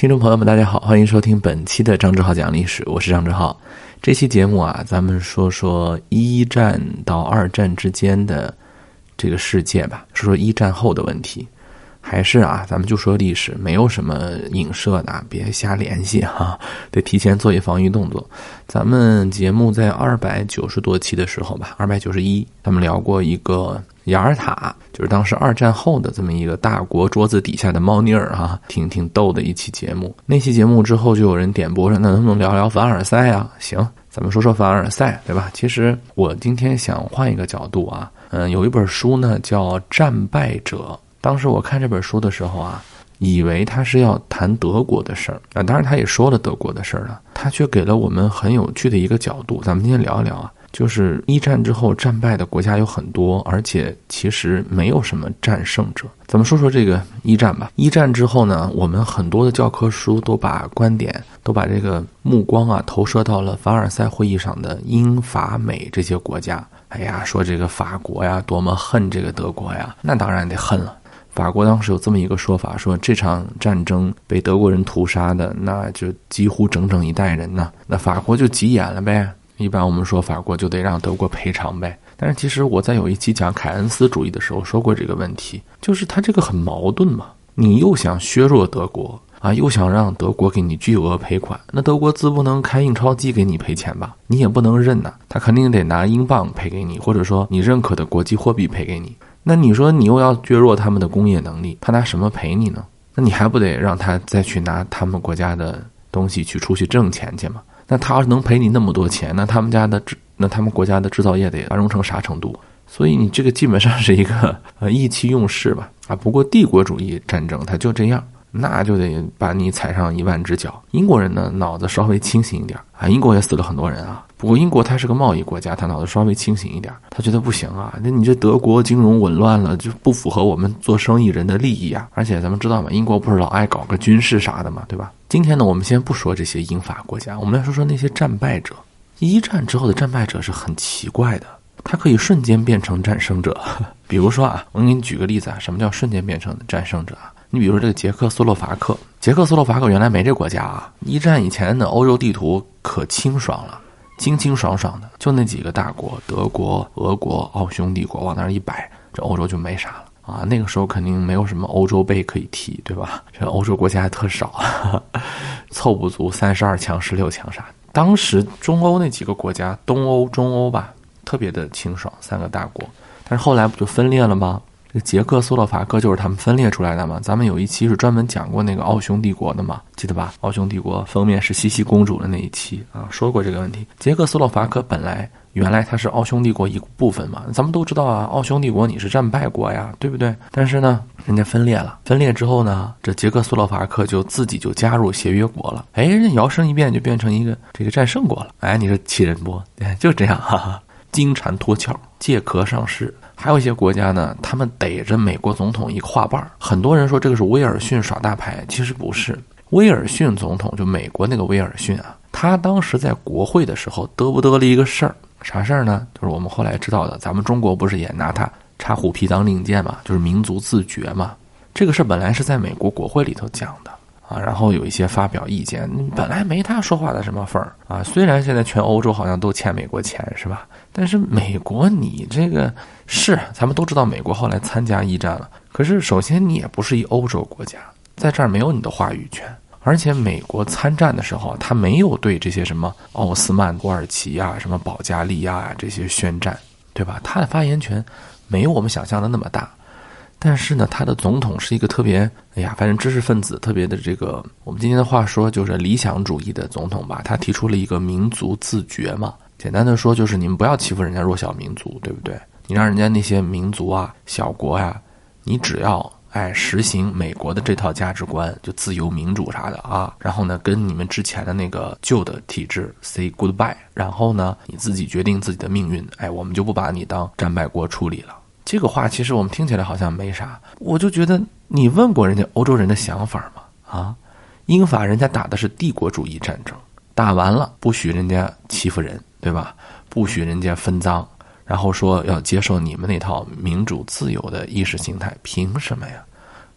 听众朋友们大家好，欢迎收听本期的张志浩讲历史，我是张志浩。这期节目啊，咱们说说一战到二战之间的这个世界吧，说说一战后的问题。还是啊，咱们就说历史，没有什么影射的，别瞎联系哈，得提前做一防御动作。咱们节目在290多期的时候吧，291，咱们聊过一个雅尔塔，就是当时二战后的这么一个大国桌子底下的猫腻儿啊，挺逗的一期节目。那期节目之后就有人点播说，那能不能聊聊凡尔赛啊？行，咱们说说凡尔赛，对吧？其实我今天想换一个角度啊，有一本书呢叫《战败者》。当时我看这本书的时候啊，以为他是要谈德国的事儿啊，当然他也说了德国的事儿了，他却给了我们很有趣的一个角度。咱们今天聊一聊啊，就是一战之后战败的国家有很多，而且其实没有什么战胜者。咱们说说这个一战吧。一战之后呢，我们很多的教科书都把观点，都把这个目光啊投射到了凡尔赛会议上的英法美这些国家。哎呀，说这个法国呀多么恨这个德国呀，那当然得恨了。法国当时有这么一个说法，说这场战争被德国人屠杀的，那就几乎整整一代人呢。那法国就急眼了呗。一般我们说法国就得让德国赔偿呗。但是其实我在有一期讲凯恩斯主义的时候说过这个问题，就是他这个很矛盾嘛。你又想削弱德国啊，又想让德国给你巨额赔款，那德国自不能开印钞机给你赔钱吧？你也不能认呐，他肯定得拿英镑赔给你，或者说你认可的国际货币赔给你。那你说你又要削弱他们的工业能力，他拿什么赔你呢？那你还不得让他再去拿他们国家的东西去出去挣钱去吗？那他要是能赔你那么多钱，那他们国家的制造业得繁荣成啥程度？所以你这个基本上是一个意气用事吧。啊，不过帝国主义战争它就这样，那就得把你踩上1万只脚。英国人呢脑子稍微清醒一点啊，英国也死了很多人啊。不过英国它是个贸易国家，它脑子稍微清醒一点，他觉得不行啊，那你这德国金融紊乱了，就不符合我们做生意人的利益啊。而且咱们知道嘛，英国不是老爱搞个军事啥的嘛，对吧？今天呢，我们先不说这些英法国家，我们来说说那些战败者。一战之后的战败者是很奇怪的，他可以瞬间变成战胜者。比如说啊，我给你举个例子啊，什么叫瞬间变成战胜者啊？你比如说这个捷克斯洛伐克原来没这国家啊，一战以前的欧洲地图可清爽了，清清爽爽的，就那几个大国，德国、俄国、奥匈帝国，往那儿一摆，这欧洲就没啥了啊。那个时候肯定没有什么欧洲杯可以踢，对吧？这欧洲国家还特少，凑不足32强、16强啥的。当时中欧那几个国家，东欧、中欧吧，特别的清爽，3个大国。但是后来不就分裂了吗？这捷克斯洛伐克就是他们分裂出来的嘛。咱们有一期是专门讲过那个奥匈帝国的嘛，记得吧？奥匈帝国封面是茜茜公主的那一期啊，说过这个问题。捷克斯洛伐克原来它是奥匈帝国一部分嘛，咱们都知道啊，奥匈帝国你是战败国呀，对不对？但是呢，人家分裂了，分裂之后呢，这捷克斯洛伐克就自己就加入协约国了，哎，人摇身一变就变成一个这个战胜国了，哎，你说气人不？就这样，哈哈，金蝉脱壳，借壳上市。还有一些国家呢，他们逮着美国总统一个画瓣，很多人说这个是威尔逊耍大牌，其实不是。威尔逊总统就美国那个威尔逊啊，他当时在国会的时候得了一个事儿，啥事儿呢？就是我们后来知道的，咱们中国不是也拿他插虎皮当令箭嘛，就是民族自决嘛。这个事本来是在美国国会里头讲的啊，然后有一些发表意见，本来没他说话的什么份儿啊。虽然现在全欧洲好像都欠美国钱是吧？但是美国你这个是，咱们都知道美国后来参加一战了，可是首先你也不是一欧洲国家，在这儿没有你的话语权。而且美国参战的时候，他没有对这些什么奥斯曼土耳其啊、什么保加利亚啊这些宣战，对吧？他的发言权没有我们想象的那么大。但是呢，他的总统是一个特别，反正知识分子特别的这个，我们今天的话说就是理想主义的总统吧。他提出了一个民族自决嘛，简单的说就是你们不要欺负人家弱小民族，对不对？你让人家那些民族啊、小国呀，你只要实行美国的这套价值观，就自由民主啥的啊，然后呢跟你们之前的那个旧的体制 say goodbye， 然后呢你自己决定自己的命运，我们就不把你当战败国处理了。这个话其实我们听起来好像没啥，我就觉得你问过人家欧洲人的想法吗？啊，英法人家打的是帝国主义战争，打完了不许人家欺负人，对吧？不许人家分赃，然后说要接受你们那套民主自由的意识形态，凭什么呀？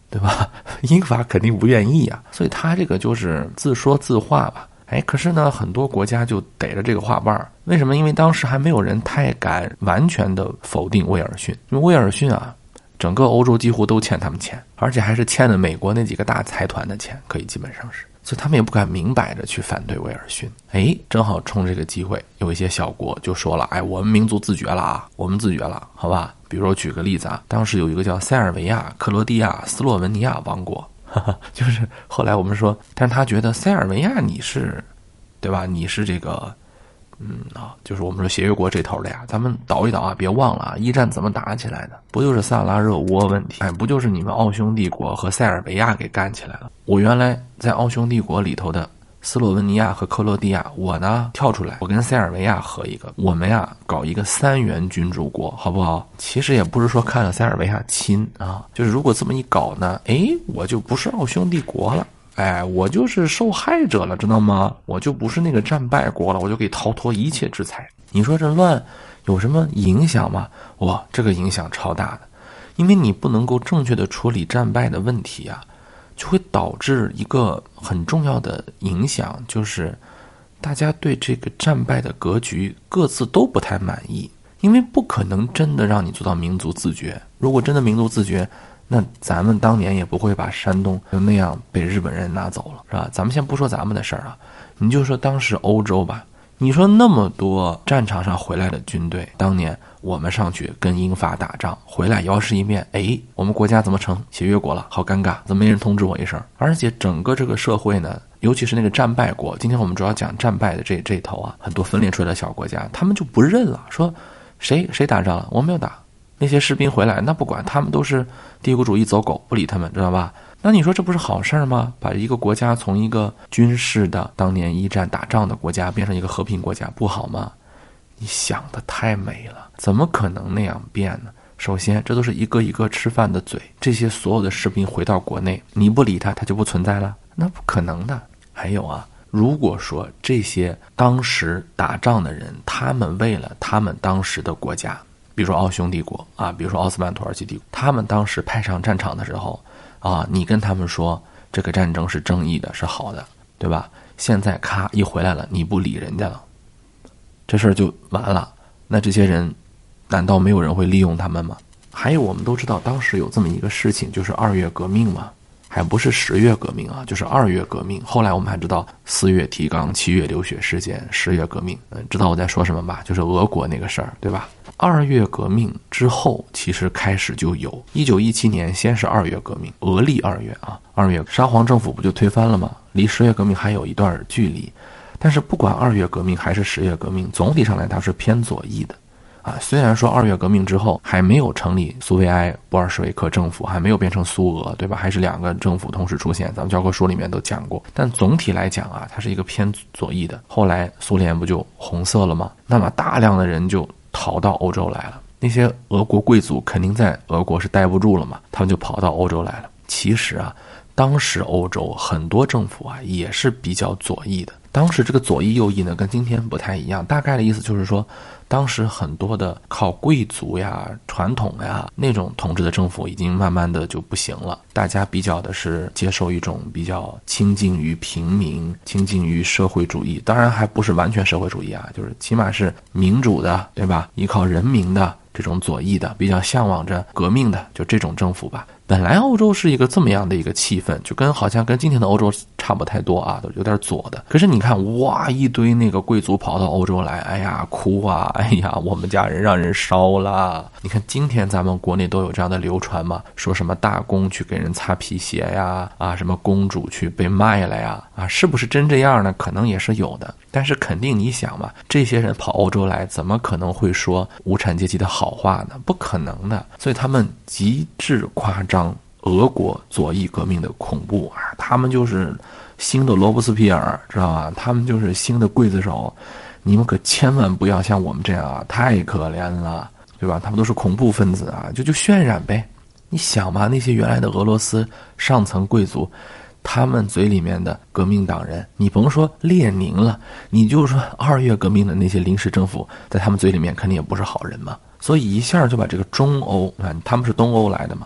对吧？英法肯定不愿意啊，所以他这个就是自说自话吧。可是呢，很多国家就逮着这个话瓣。为什么？因为当时还没有人太敢完全的否定威尔逊，因为威尔逊啊，整个欧洲几乎都欠他们钱，而且还是欠了美国那几个大财团的钱，可以基本上是，所以他们也不敢明摆着去反对威尔逊。正好冲这个机会，有一些小国就说了，我们民族自觉了啊，我们自觉了，好吧？比如说举个例子啊，当时有一个叫塞尔维亚、克罗地亚、斯洛文尼亚王国，就是后来我们说，但是他觉得塞尔维亚你是，对吧？你是这个，就是我们说协约国这头的呀，咱们倒一倒啊，别忘了啊，一战怎么打起来的？不就是萨拉热窝问题？不就是你们奥匈帝国和塞尔维亚给干起来了？我原来在奥匈帝国里头的斯洛文尼亚和克罗地亚，我呢跳出来，我跟塞尔维亚合一个，我们呀搞一个3元君主国，好不好？其实也不是说看了塞尔维亚亲啊，就是如果这么一搞呢，我就不是奥匈帝国了。我就是受害者了，知道吗？我就不是那个战败国了，我就可以逃脱一切制裁。你说这乱有什么影响吗？哇，这个影响超大的，因为你不能够正确的处理战败的问题啊，就会导致一个很重要的影响，就是大家对这个战败的格局各自都不太满意，因为不可能真的让你做到民族自觉。如果真的民族自觉，那咱们当年也不会把山东就那样被日本人拿走了，是吧？咱们先不说咱们的事儿啊，你就说当时欧洲吧，你说那么多战场上回来的军队，当年我们上去跟英法打仗，回来摇身一变，我们国家怎么成协约国了？好尴尬，怎么没人通知我一声？而且整个这个社会呢，尤其是那个战败国，今天我们主要讲战败的这头啊，很多分裂出来的小国家，他们就不认了，说谁打仗了？我没有打。那些士兵回来，那不管，他们都是帝国主义走狗，不理他们，知道吧？那你说这不是好事吗？把一个国家从一个军事的当年一战打仗的国家变成一个和平国家，不好吗？你想的太美了，怎么可能那样变呢？首先，这都是一个一个吃饭的嘴，这些所有的士兵回到国内，你不理他，他就不存在了，那不可能的。还有啊，如果说这些当时打仗的人，他们为了他们当时的国家，比如说奥匈帝国啊，比如说奥斯曼土耳其帝国，他们当时派上战场的时候啊，你跟他们说这个战争是正义的，是好的，对吧？现在咔一回来了，你不理人家了，这事儿就完了。那这些人难道没有人会利用他们吗？还有我们都知道当时有这么一个事情，就是2月革命嘛，还不是10月革命啊，就是2月革命。后来我们还知道4月提纲、7月流血事件、10月革命。知道我在说什么吧？就是俄国那个事儿，对吧？2月革命之后，其实开始就有。1917年先是2月革命，俄历2月啊，2月沙皇政府不就推翻了吗？离10月革命还有一段距离。但是不管2月革命还是10月革命，总体上来它是偏左翼的。虽然说2月革命之后还没有成立苏维埃波尔什维克政府，还没有变成苏俄，对吧？还是2个政府同时出现，咱们教科书里面都讲过。但总体来讲啊，它是一个偏左翼的。后来苏联不就红色了吗？那么大量的人就逃到欧洲来了。那些俄国贵族肯定在俄国是待不住了嘛，他们就跑到欧洲来了。其实啊，当时欧洲很多政府啊也是比较左翼的。当时这个左翼右翼呢跟今天不太一样，大概的意思就是说，当时很多的靠贵族呀、传统呀那种统治的政府已经慢慢的就不行了，大家比较的是接受一种比较亲近于平民、亲近于社会主义，当然还不是完全社会主义啊，就是起码是民主的，对吧？依靠人民的这种左翼的，比较向往着革命的，就这种政府吧。本来欧洲是一个这么样的一个气氛，就好像跟今天的欧洲差不太多啊，都有点左的。可是你看，哇，一堆那个贵族跑到欧洲来，哎呀哭啊，哎呀我们家人让人烧了。你看今天咱们国内都有这样的流传嘛，说什么大公去给人擦皮鞋呀，什么公主去被卖了呀，是不是真这样呢？可能也是有的，但是肯定你想嘛，这些人跑欧洲来，怎么可能会说无产阶级的好话呢？不可能的。所以他们极致夸张俄国左翼革命的恐怖啊！他们就是新的罗伯斯皮尔，知道吧？他们就是新的刽子手，你们可千万不要像我们这样啊，太可怜了，对吧？他们都是恐怖分子啊，就渲染呗。你想嘛，那些原来的俄罗斯上层贵族，他们嘴里面的革命党人，你甭说列宁了，你就说2月革命的那些临时政府，在他们嘴里面肯定也不是好人嘛。所以一下就把这个中欧，他们是东欧来的嘛，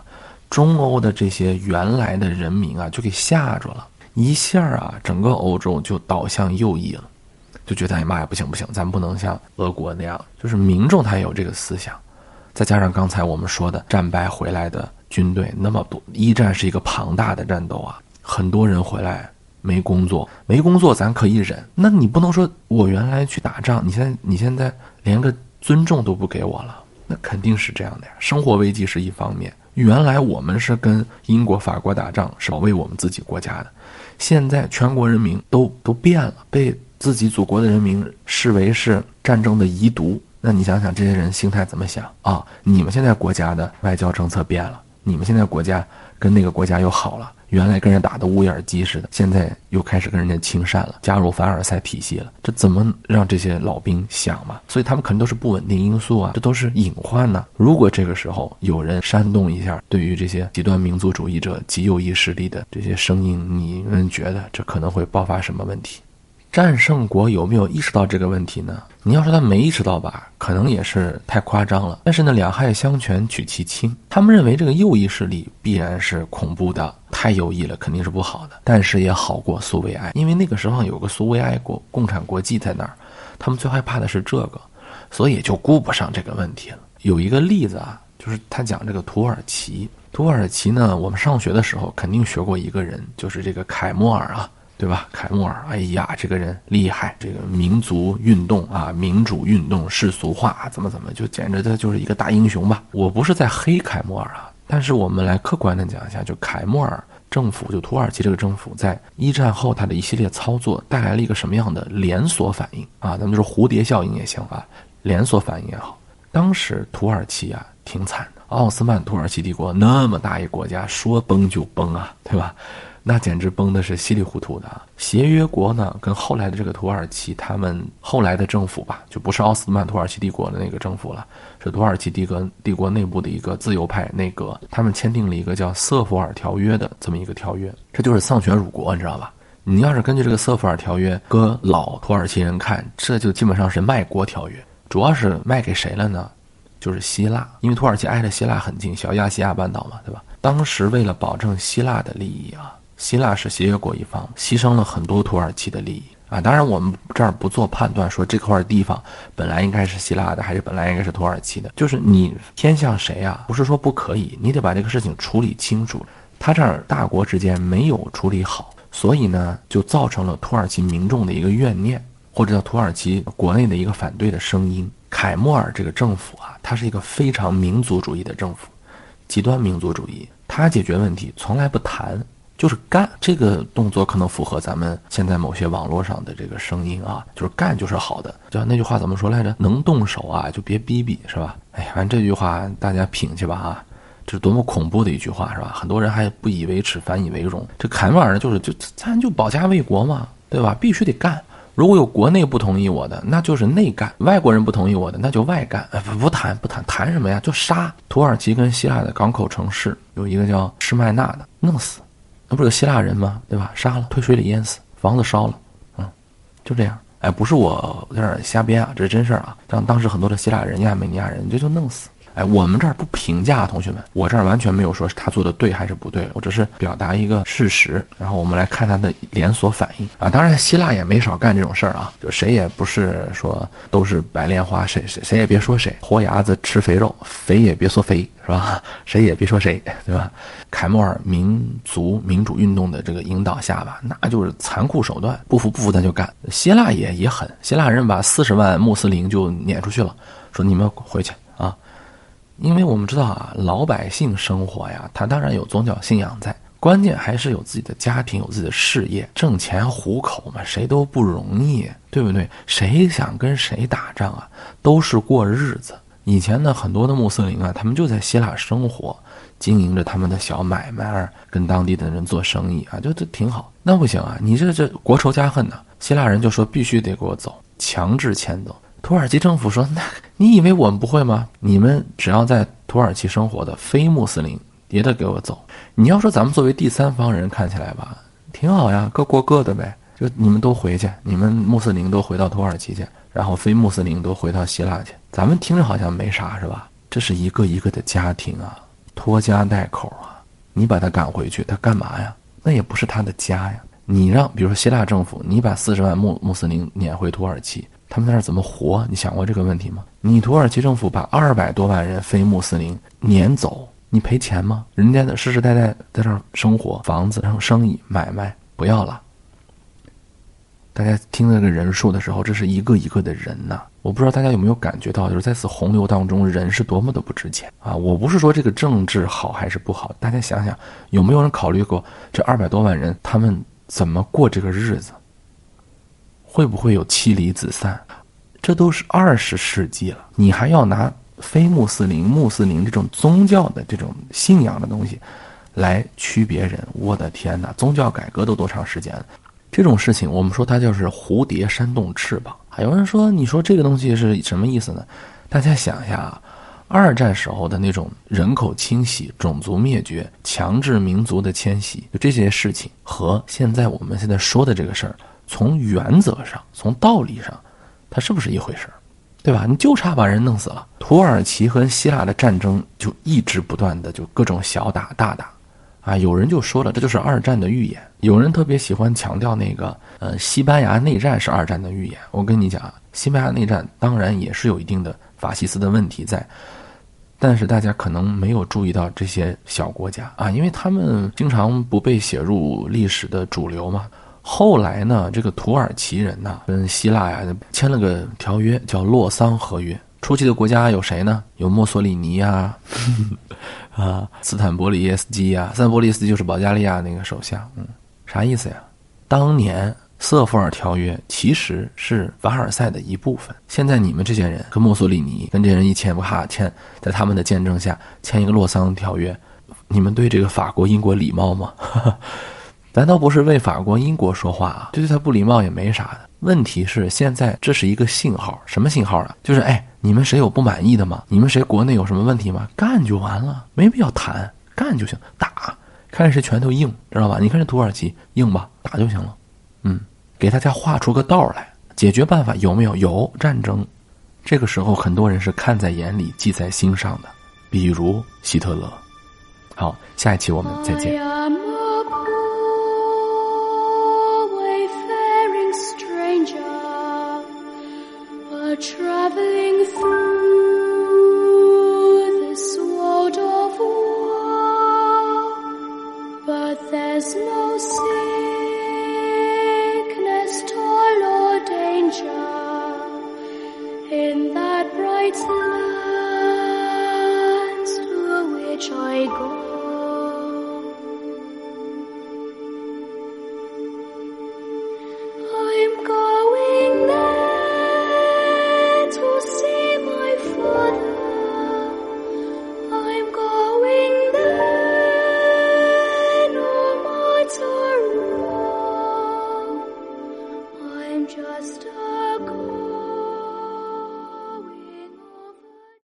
中欧的这些原来的人民啊就给吓着了，一下啊整个欧洲就倒向右翼了，就觉得哎妈呀不行不行，咱们不能像俄国那样，就是民众他也有这个思想，再加上刚才我们说的战败回来的军队那么多，一战是一个庞大的战斗啊，很多人回来没工作咱可以忍，那你不能说我原来去打仗，你现在连个尊重都不给我了，那肯定是这样的呀。生活危机是一方面，原来我们是跟英国法国打仗，是保卫我们自己国家的，现在全国人民都变了，被自己祖国的人民视为是战争的遗毒，那你想想这些人心态怎么想啊？你们现在国家的外交政策变了，你们现在国家跟那个国家又好了，原来跟人打得乌眼鸡似的，现在又开始跟人家亲善了，加入凡尔赛体系了，这怎么让这些老兵想嘛？所以他们肯定都是不稳定因素啊，这都是隐患呢。如果这个时候有人煽动一下对于这些极端民族主义者极右翼势力的这些声音，你们觉得这可能会爆发什么问题？战胜国有没有意识到这个问题呢？你要说他没意识到吧，可能也是太夸张了。但是呢，两害相权取其轻，他们认为这个右翼势力必然是恐怖的，太右翼了，肯定是不好的。但是也好过苏维埃，因为那个时候有个苏维埃国共产国际在那儿，他们最害怕的是这个，所以也就顾不上这个问题了。有一个例子啊，就是他讲这个土耳其。土耳其呢，我们上学的时候肯定学过一个人，就是这个凯末尔啊。对吧？凯末尔，哎呀，这个人厉害，这个民族运动啊，民主运动世俗化，怎么就简直他就是一个大英雄吧。我不是在黑凯末尔啊，但是我们来客观的讲一下，就凯末尔政府，就土耳其这个政府在一战后他的一系列操作带来了一个什么样的连锁反应啊？咱们就是蝴蝶效应也行啊，连锁反应也好。当时土耳其啊挺惨的，奥斯曼土耳其帝国那么大一国家，说崩就崩啊，对吧？那简直崩的是稀里糊涂的。协约国呢，跟后来的这个土耳其，他们后来的政府吧，就不是奥斯曼土耳其帝国的那个政府了，是土耳其帝国内部的一个自由派内阁，他们签订了一个叫瑟弗尔条约的这么一个条约，这就是丧权辱国，你知道吧？你要是根据这个瑟弗尔条约，搁老土耳其人看，这就基本上是卖国条约。主要是卖给谁了呢？就是希腊，因为土耳其挨着希腊很近，小亚细亚半岛嘛，对吧？当时为了保证希腊的利益啊，希腊是协约国一方，牺牲了很多土耳其的利益啊。当然我们这儿不做判断说这块地方本来应该是希腊的还是本来应该是土耳其的，就是你偏向谁啊，不是说不可以，你得把这个事情处理清楚。他这儿大国之间没有处理好，所以呢就造成了土耳其民众的一个怨念，或者叫土耳其国内的一个反对的声音。凯末尔这个政府啊，它是一个非常民族主义的政府，极端民族主义，他解决问题从来不谈，就是干。这个动作可能符合咱们现在某些网络上的这个声音啊，就是干就是好的。叫那句话怎么说来着？能动手啊就别逼逼，是吧？哎呀，反正这句话大家品去吧啊，这是多么恐怖的一句话，是吧？很多人还不以为耻反以为荣。这凯末尔呢，咱就保家卫国嘛，对吧？必须得干。如果有国内不同意我的，那就是内干；外国人不同意我的，那就外干。不谈什么呀？就杀。土耳其跟希腊的港口城市有一个叫施麦纳的，弄死，那不是有希腊人吗？对吧？杀了，推水里淹死，房子烧了，就这样。哎，不是我在这儿瞎编啊，这是真事儿啊。像当时很多的希腊人、亚美尼亚人，这就弄死。哎，我们这儿不评价，同学们，我这儿完全没有说是他做的对还是不对，我只是表达一个事实，然后我们来看他的连锁反应啊。当然，希腊也没少干这种事儿啊，就谁也不是说都是白莲花，谁也别说谁，活鸭子吃肥肉，肥也别说肥，是吧？谁也别说谁，对吧？凯末尔民族民主运动的这个引导下吧，那就是残酷手段，不服他就干。希腊也狠，希腊人把40万穆斯林就撵出去了，说你们回去啊。因为我们知道啊，老百姓生活呀，他当然有宗教信仰在，关键还是有自己的家庭，有自己的事业，挣钱糊口嘛，谁都不容易，对不对？谁想跟谁打仗啊，都是过日子。以前呢，很多的穆斯林啊，他们就在希腊生活，经营着他们的小买卖，跟当地的人做生意啊，就这挺好。那不行啊，你这国仇家恨呢，希腊人就说必须得给我走，强制迁走。土耳其政府说，那你以为我们不会吗？你们只要在土耳其生活的非穆斯林也得给我走。你要说咱们作为第三方人看起来吧，挺好呀，各过各的呗，就你们都回去，你们穆斯林都回到土耳其去，然后非穆斯林都回到希腊去，咱们听着好像没啥，是吧？这是一个一个的家庭啊，拖家带口啊， 你把他赶回去，他干嘛呀？那也不是他的家呀。你让比如说希腊政府，你把40万穆斯林撵回土耳其，他们在那儿怎么活？你想过这个问题吗？你土耳其政府把200多万人非穆斯林撵走，你赔钱吗？人家的世世代代在这儿生活，房子，然后生意买卖不要了。大家听这个人数的时候，这是一个一个的人呐。我不知道大家有没有感觉到，就是在此洪流当中，人是多么的不值钱啊！我不是说这个政治好还是不好，大家想想，有没有人考虑过这200多万人他们怎么过这个日子？会不会有妻离子散？这都是20世纪了，你还要拿非穆斯林、穆斯林这种宗教的这种信仰的东西来区别人？我的天哪！宗教改革都多长时间了？这种事情我们说它就是蝴蝶扇动翅膀。还有人说，你说这个东西是什么意思呢？大家想一下啊，2战时候的那种人口清洗、种族灭绝、强制民族的迁徙，就这些事情和现在我们现在说的这个事儿，从原则上、从道理上，它是不是一回事？对吧？你就差把人弄死了。土耳其和希腊的战争就一直不断的就各种小打大打。啊，有人就说了，这就是2战的预演。有人特别喜欢强调那个，西班牙内战是2战的预演。我跟你讲，西班牙内战当然也是有一定的法西斯的问题在，但是大家可能没有注意到这些小国家啊，因为他们经常不被写入历史的主流嘛。后来呢，这个土耳其人呢跟希腊呀签了个条约，叫洛桑合约。出席的国家有谁呢？有墨索里尼呀，斯坦博里耶斯基呀，斯坦博里耶斯基就是保加利亚那个首相。啥意思呀？当年瑟弗尔条约其实是凡尔赛的一部分。现在你们这些人跟墨索里尼跟这些人一签在他们的见证下签一个洛桑条约，你们对这个法国、英国礼貌吗？难道不是为法国、英国说话啊？对他不礼貌也没啥的。问题是现在这是一个信号，什么信号啊？就是你们谁有不满意的吗？你们谁国内有什么问题吗？干就完了，没必要谈，干就行，打，看谁拳头硬，知道吧？你看这土耳其硬吧，打就行了。给大家画出个道来，解决办法有没有？有，战争。这个时候很多人是看在眼里、记在心上的，比如希特勒。好，下一期我们再见。 Traveling through this world of war, but there's no sickness, toil or danger in that bright land to which I go. I'm going there to see my father. I'm going there no matter what. I'm just a girl.